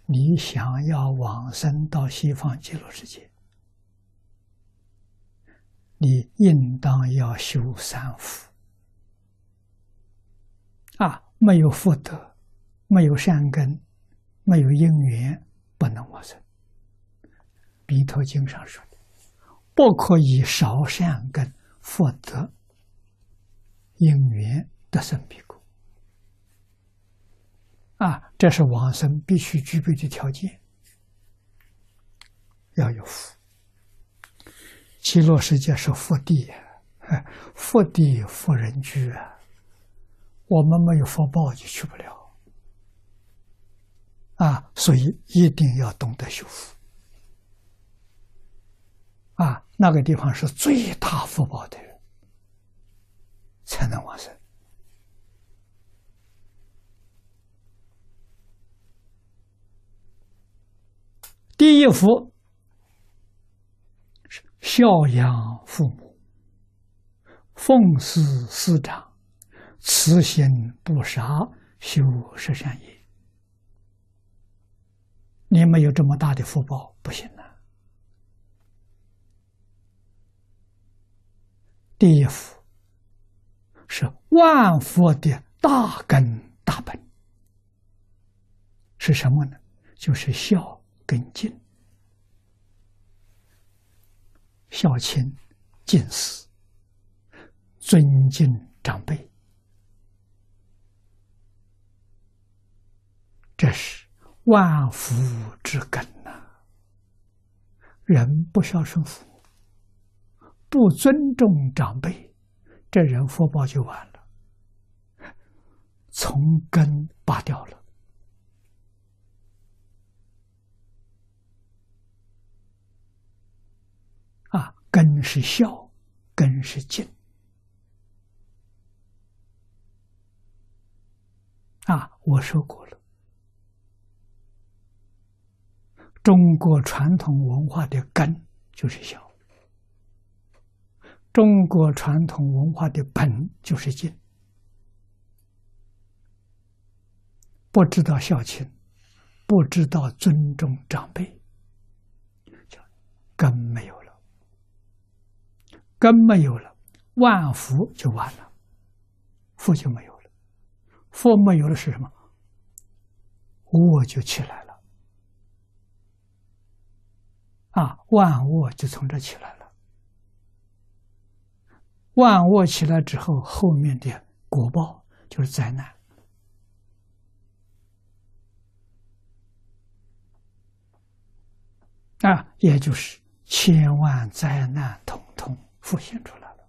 你想要往生到西方极乐世界，你应当要修三福没有福德，没有善根，没有因缘，不能往生。弥陀经上说的，不可以少善根、福德、因缘得生彼国。这是往生必须具备的条件，要有福。极乐世界是福地，福地福人居啊，我们没有福报就去不了所以一定要懂得修福那个地方是最大福报的人才能往生。第一福是孝养父母，奉事师长，慈心不杀，修十善业。你没有这么大的福报不行第一福是万福的大根大本，是什么呢？就是孝跟敬，孝亲、敬师、尊敬长辈，这是万福之根人不孝顺父母，不尊重长辈，这人福报就完了，从根拔掉了根是孝，根是敬我说过了，中国传统文化的根就是孝，中国传统文化的本就是敬。不知道孝亲，不知道尊重长辈，根没有了，根没有了，万福就完了，福就没有了，福没有了是什么？恶就起来了万恶就从这起来了。万恶起来之后，后面的果报就是灾难也就是千万灾难统统浮现出来了。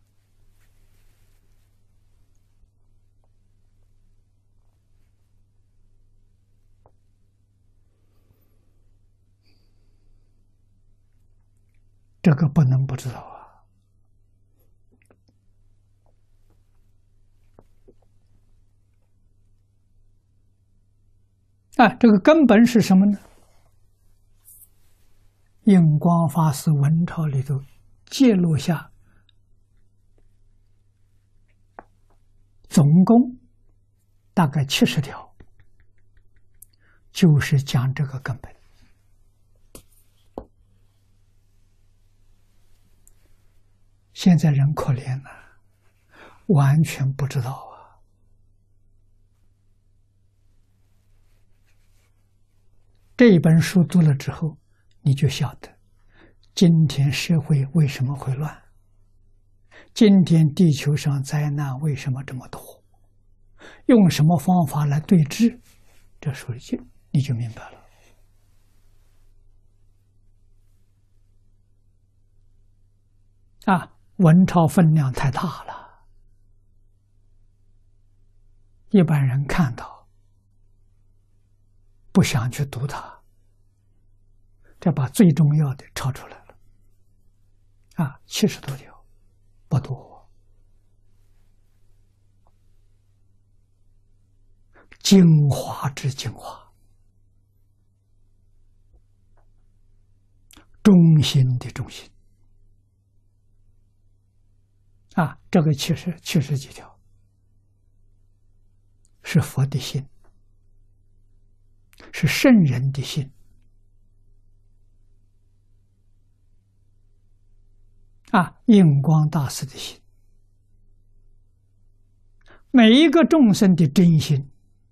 这个不能不知道这个根本是什么呢？印光法师文钞里头记录下，总共大概70条，就是讲这个根本。现在人可怜了，完全不知道这一本书读了之后，你就晓得今天社会为什么会乱，今天地球上灾难为什么这么多，用什么方法来对治，这书你就明白了文钞分量太大了，一般人看到不想去读它，这把最重要的抄出来了70多条，不多，精华之精华，中心的中心这个70几条是佛的心， 是圣人的心印光大师的心，每一个众生的真心。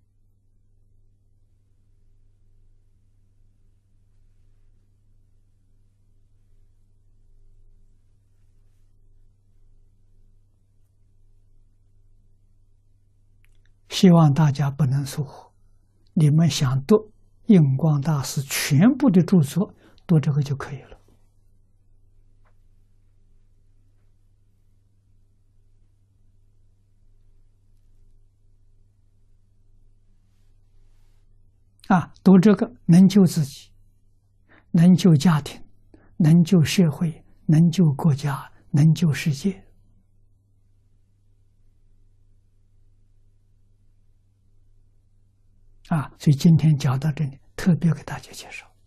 希望大家不能疏忽。你们想读印光大师全部的著作，读这个就可以了。读这个能救自己，能救家庭，能救社会，能救国家，能救世界。所以今天讲到这里，特别给大家介绍。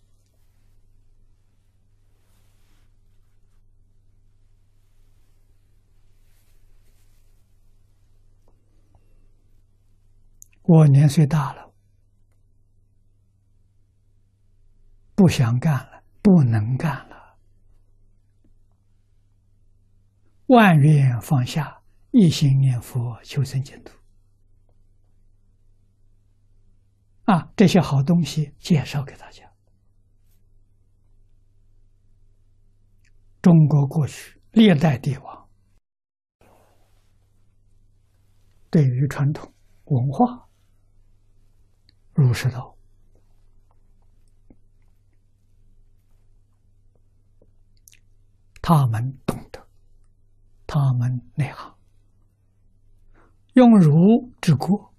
我年岁大了，不想干了，不能干了，万愿放下，一心念佛，求生净土。这些好东西介绍给大家。中国过去历代帝王对于传统文化儒释道他们懂得，他们内行，用儒治国。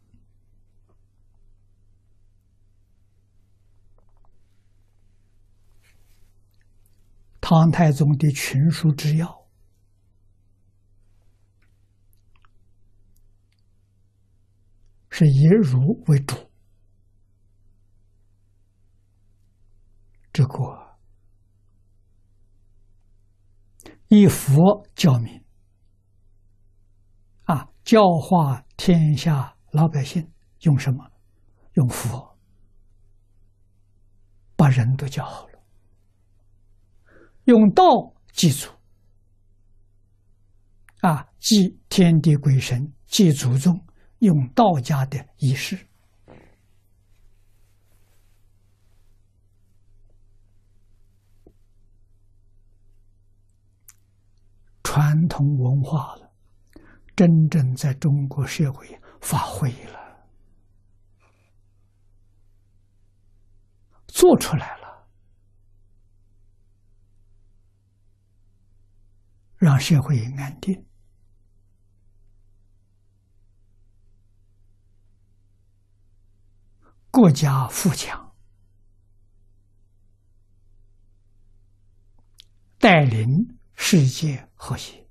唐太宗的群书之要是以儒为主，治国，以佛教民，教化天下老百姓，用什么？用佛，把人都教好了。用道祭祖，祭天地鬼神，祭祖宗，用道家的仪式。传统文化了，真正在中国社会发挥了，做出来了。让社会安定，国家富强，带领世界和谐。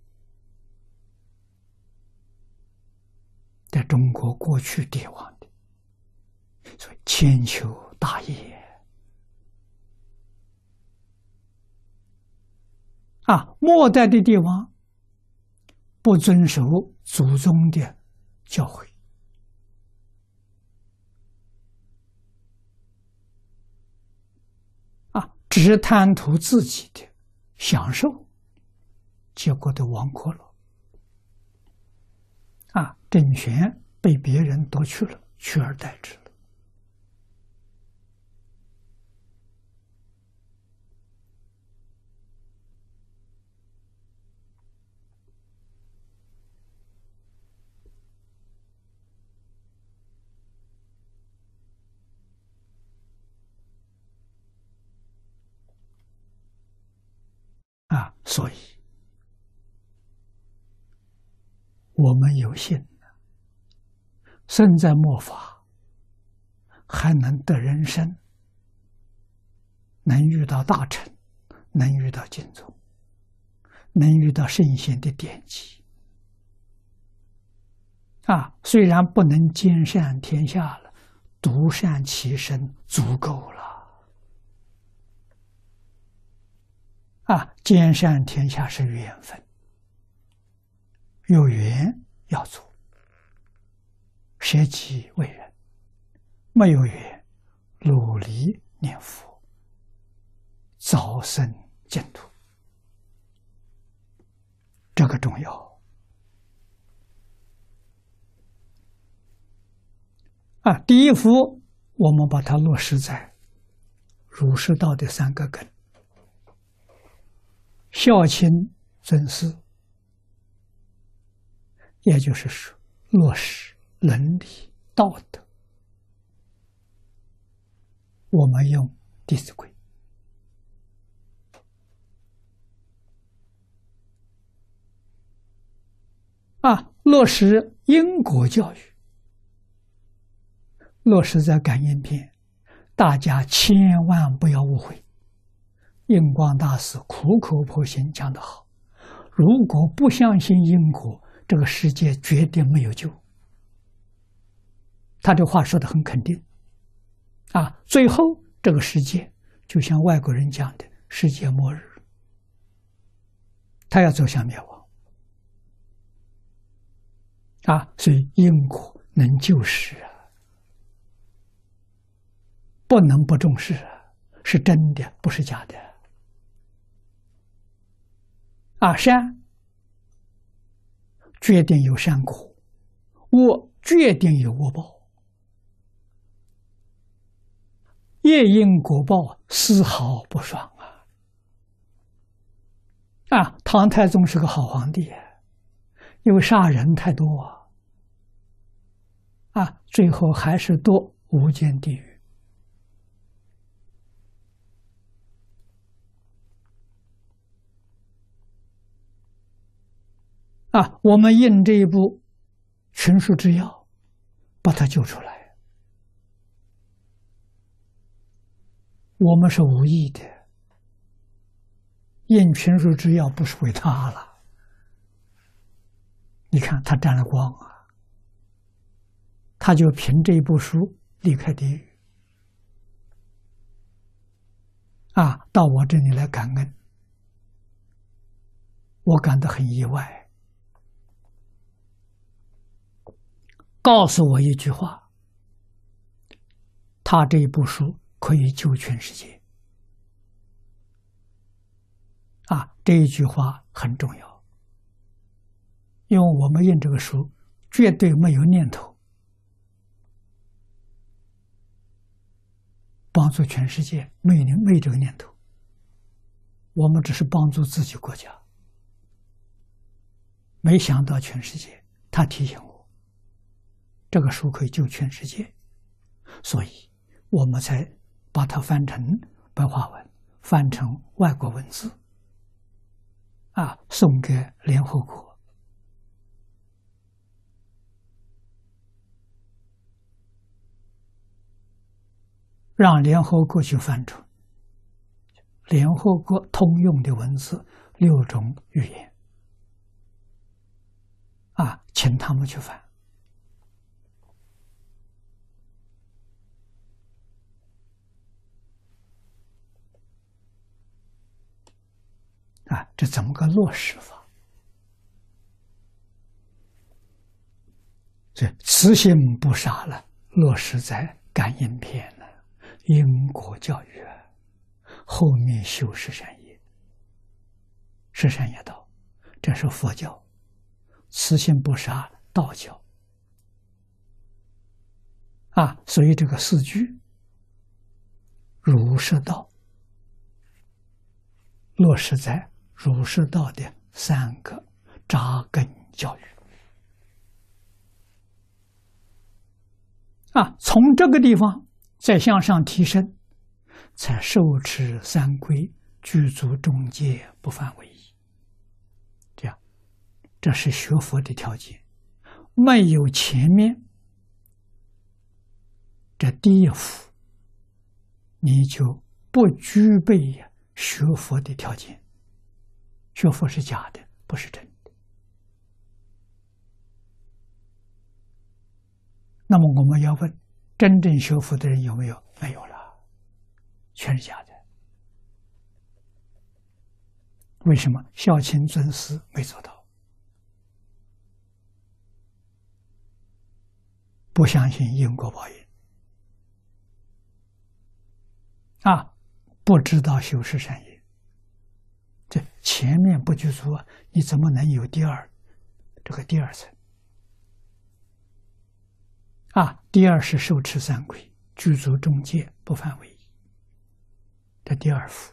在中国过去帝王的，所以千秋大业。末代的帝王不遵守祖宗的教诲，只贪图自己的享受，结果都亡国了。政权被别人夺去了，取而代之了。所以我们有幸身在末法，还能得人生，能遇到大臣，能遇到经宗，能遇到圣贤的典籍。虽然不能兼善天下了，独善其身足够了。兼善天下是缘分，有缘要做，舍己为人；没有缘， 努力念佛，早生净土，这个重要啊！第一幅，我们把它落实在儒释道的三个根：孝亲尊师，也就是说，落实伦理道德。我们用《弟子规》落实因果教育，落实在感应篇，大家千万不要误会。印光大师苦口婆心讲得好，如果不相信因果，这个世界绝对没有救。他这话说得很肯定最后这个世界就像外国人讲的世界末日，他要走向灭亡所以因果能救世不能不重视是真的，不是假的善决定有善果，恶决定有恶报，业因果报丝毫不爽唐太宗是个好皇帝，因为杀人太多最后还是堕无间地狱我们印这一部群书治要，把它救出来，我们是无意的，印群书治要不是为他了。你看他沾了光他就凭这一部书离开地狱到我这里来感恩，我感到很意外。告诉我一句话，他这一部书可以救全世界这一句话很重要，因为我们印这个书绝对没有念头帮助全世界，没这个念头，我们只是帮助自己国家。没想到全世界，他提醒我这个书可以救全世界，所以我们才把它翻成白话文，翻成外国文字送给联合国。让联合国去翻出联合国通用的文字6种语言请他们去翻这怎么个落实法？这慈心不杀了，落实在感应篇了，因果教育后面修十善业，十善业道，这是佛教；慈心不杀，道教所以这个4句儒释道落实在儒释道的3个扎根教育从这个地方再向上提升，才受持3规，具足众戒，不犯违仪。这样，这是学佛的条件。没有前面这第一幅，你就不具备学佛的条件。学佛是假的，不是真的。那么我们要问，真正学佛的人有没有？没有了，全是假的。为什么？孝亲尊师没做到，不相信因果报应啊，不知道修持善业，这前面不具足啊，你怎么能有第二层？啊，第二是受持三规，具足中戒，不犯违逆，这第二福。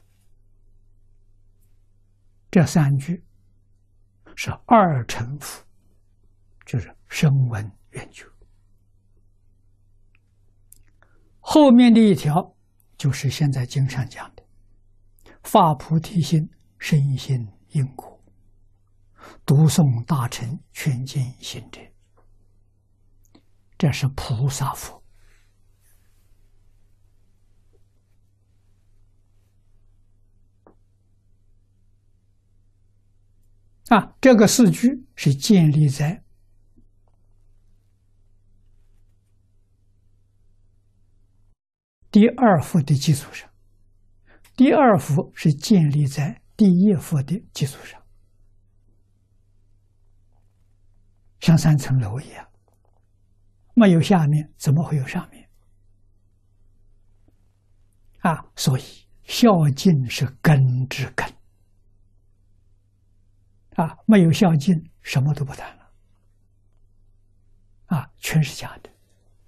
这三句是二乘福，就是声闻缘觉。后面的一条就是现在经上讲的发菩提心，深信因果，读诵大乘劝进行者，这是菩萨佛。啊，这个四句是建立在第二福的基础上，第二福是建立在第一福的基础上，像三层楼一样，没有下面怎么会有上面？啊，所以孝敬是根之根。啊，没有孝敬，什么都不谈了。啊，全是假的。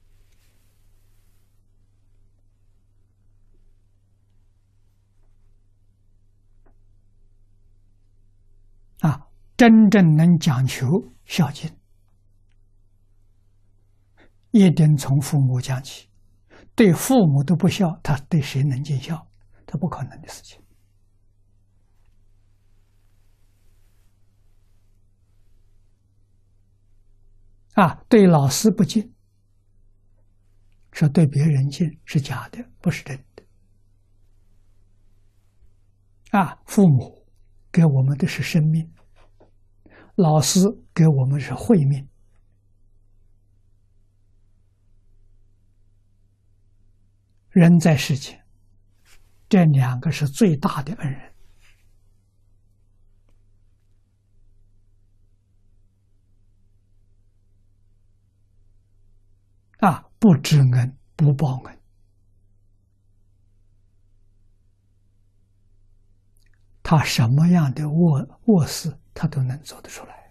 啊，真正能讲求孝敬，一定从父母讲起。对父母都不孝，他对谁能尽孝？这不可能的事情。啊，对老师不敬，说对别人敬是假的，不是真的。啊，父母给我们的是生命，老师给我们是慧命。人在世间，这两个是最大的恩人。啊，不知恩不报恩，他什么样的恶事，他都能做得出来。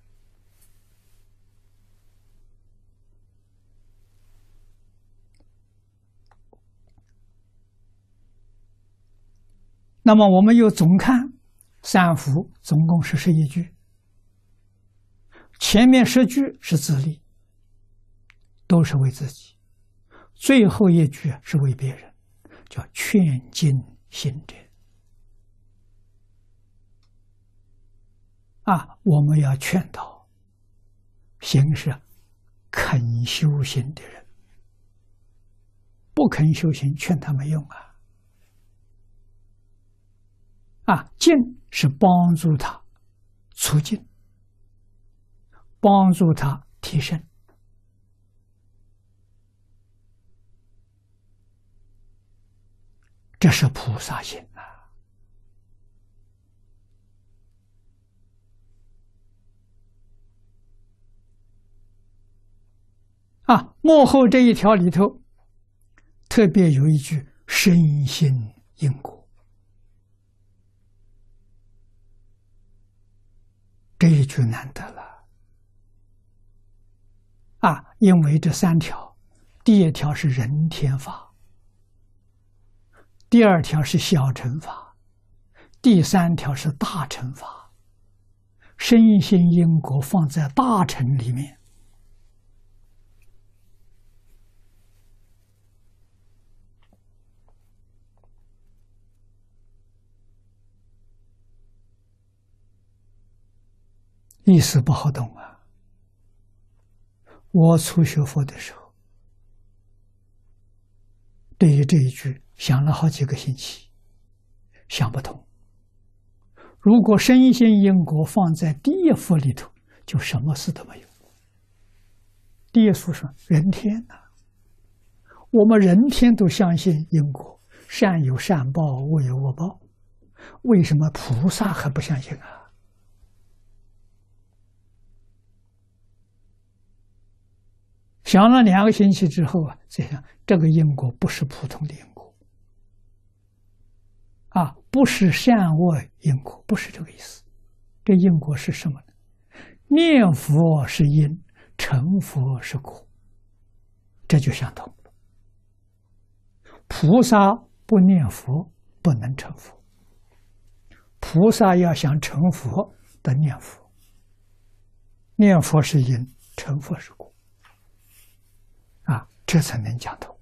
那么我们又总看三福，总共是11句，前面10句是自利，都是为自己，最后一句是为别人，叫劝进行者。啊，我们要劝导行是肯修行的人，不肯修行，劝他没用啊。啊，进是帮助他促进，帮助他提升。这是菩萨心啊！啊，幕后这一条里头，特别有一句“深信因果”，这一句难得了。啊，因为这3条，第1条是人天法，第2条是小乘法，第3条是大乘法。深信因果放在大乘里面，意思不好懂啊。我初学佛的时候，对于这一句想了好几个星期，想不通。如果深信因果放在第1福里头，就什么事都没有。第1福说人天啊，我们人天都相信因果，善有善报，恶有恶报，为什么菩萨还不相信啊？想了2个星期之后啊，再想这个因果不是普通的因果， 啊，不是善恶因果，不是这个意思。这因果是什么呢？念佛是因，成佛是果，这就相同了。菩萨不念佛不能成佛，菩萨要想成佛得念佛，念佛是因，成佛是果，啊，这才能讲通。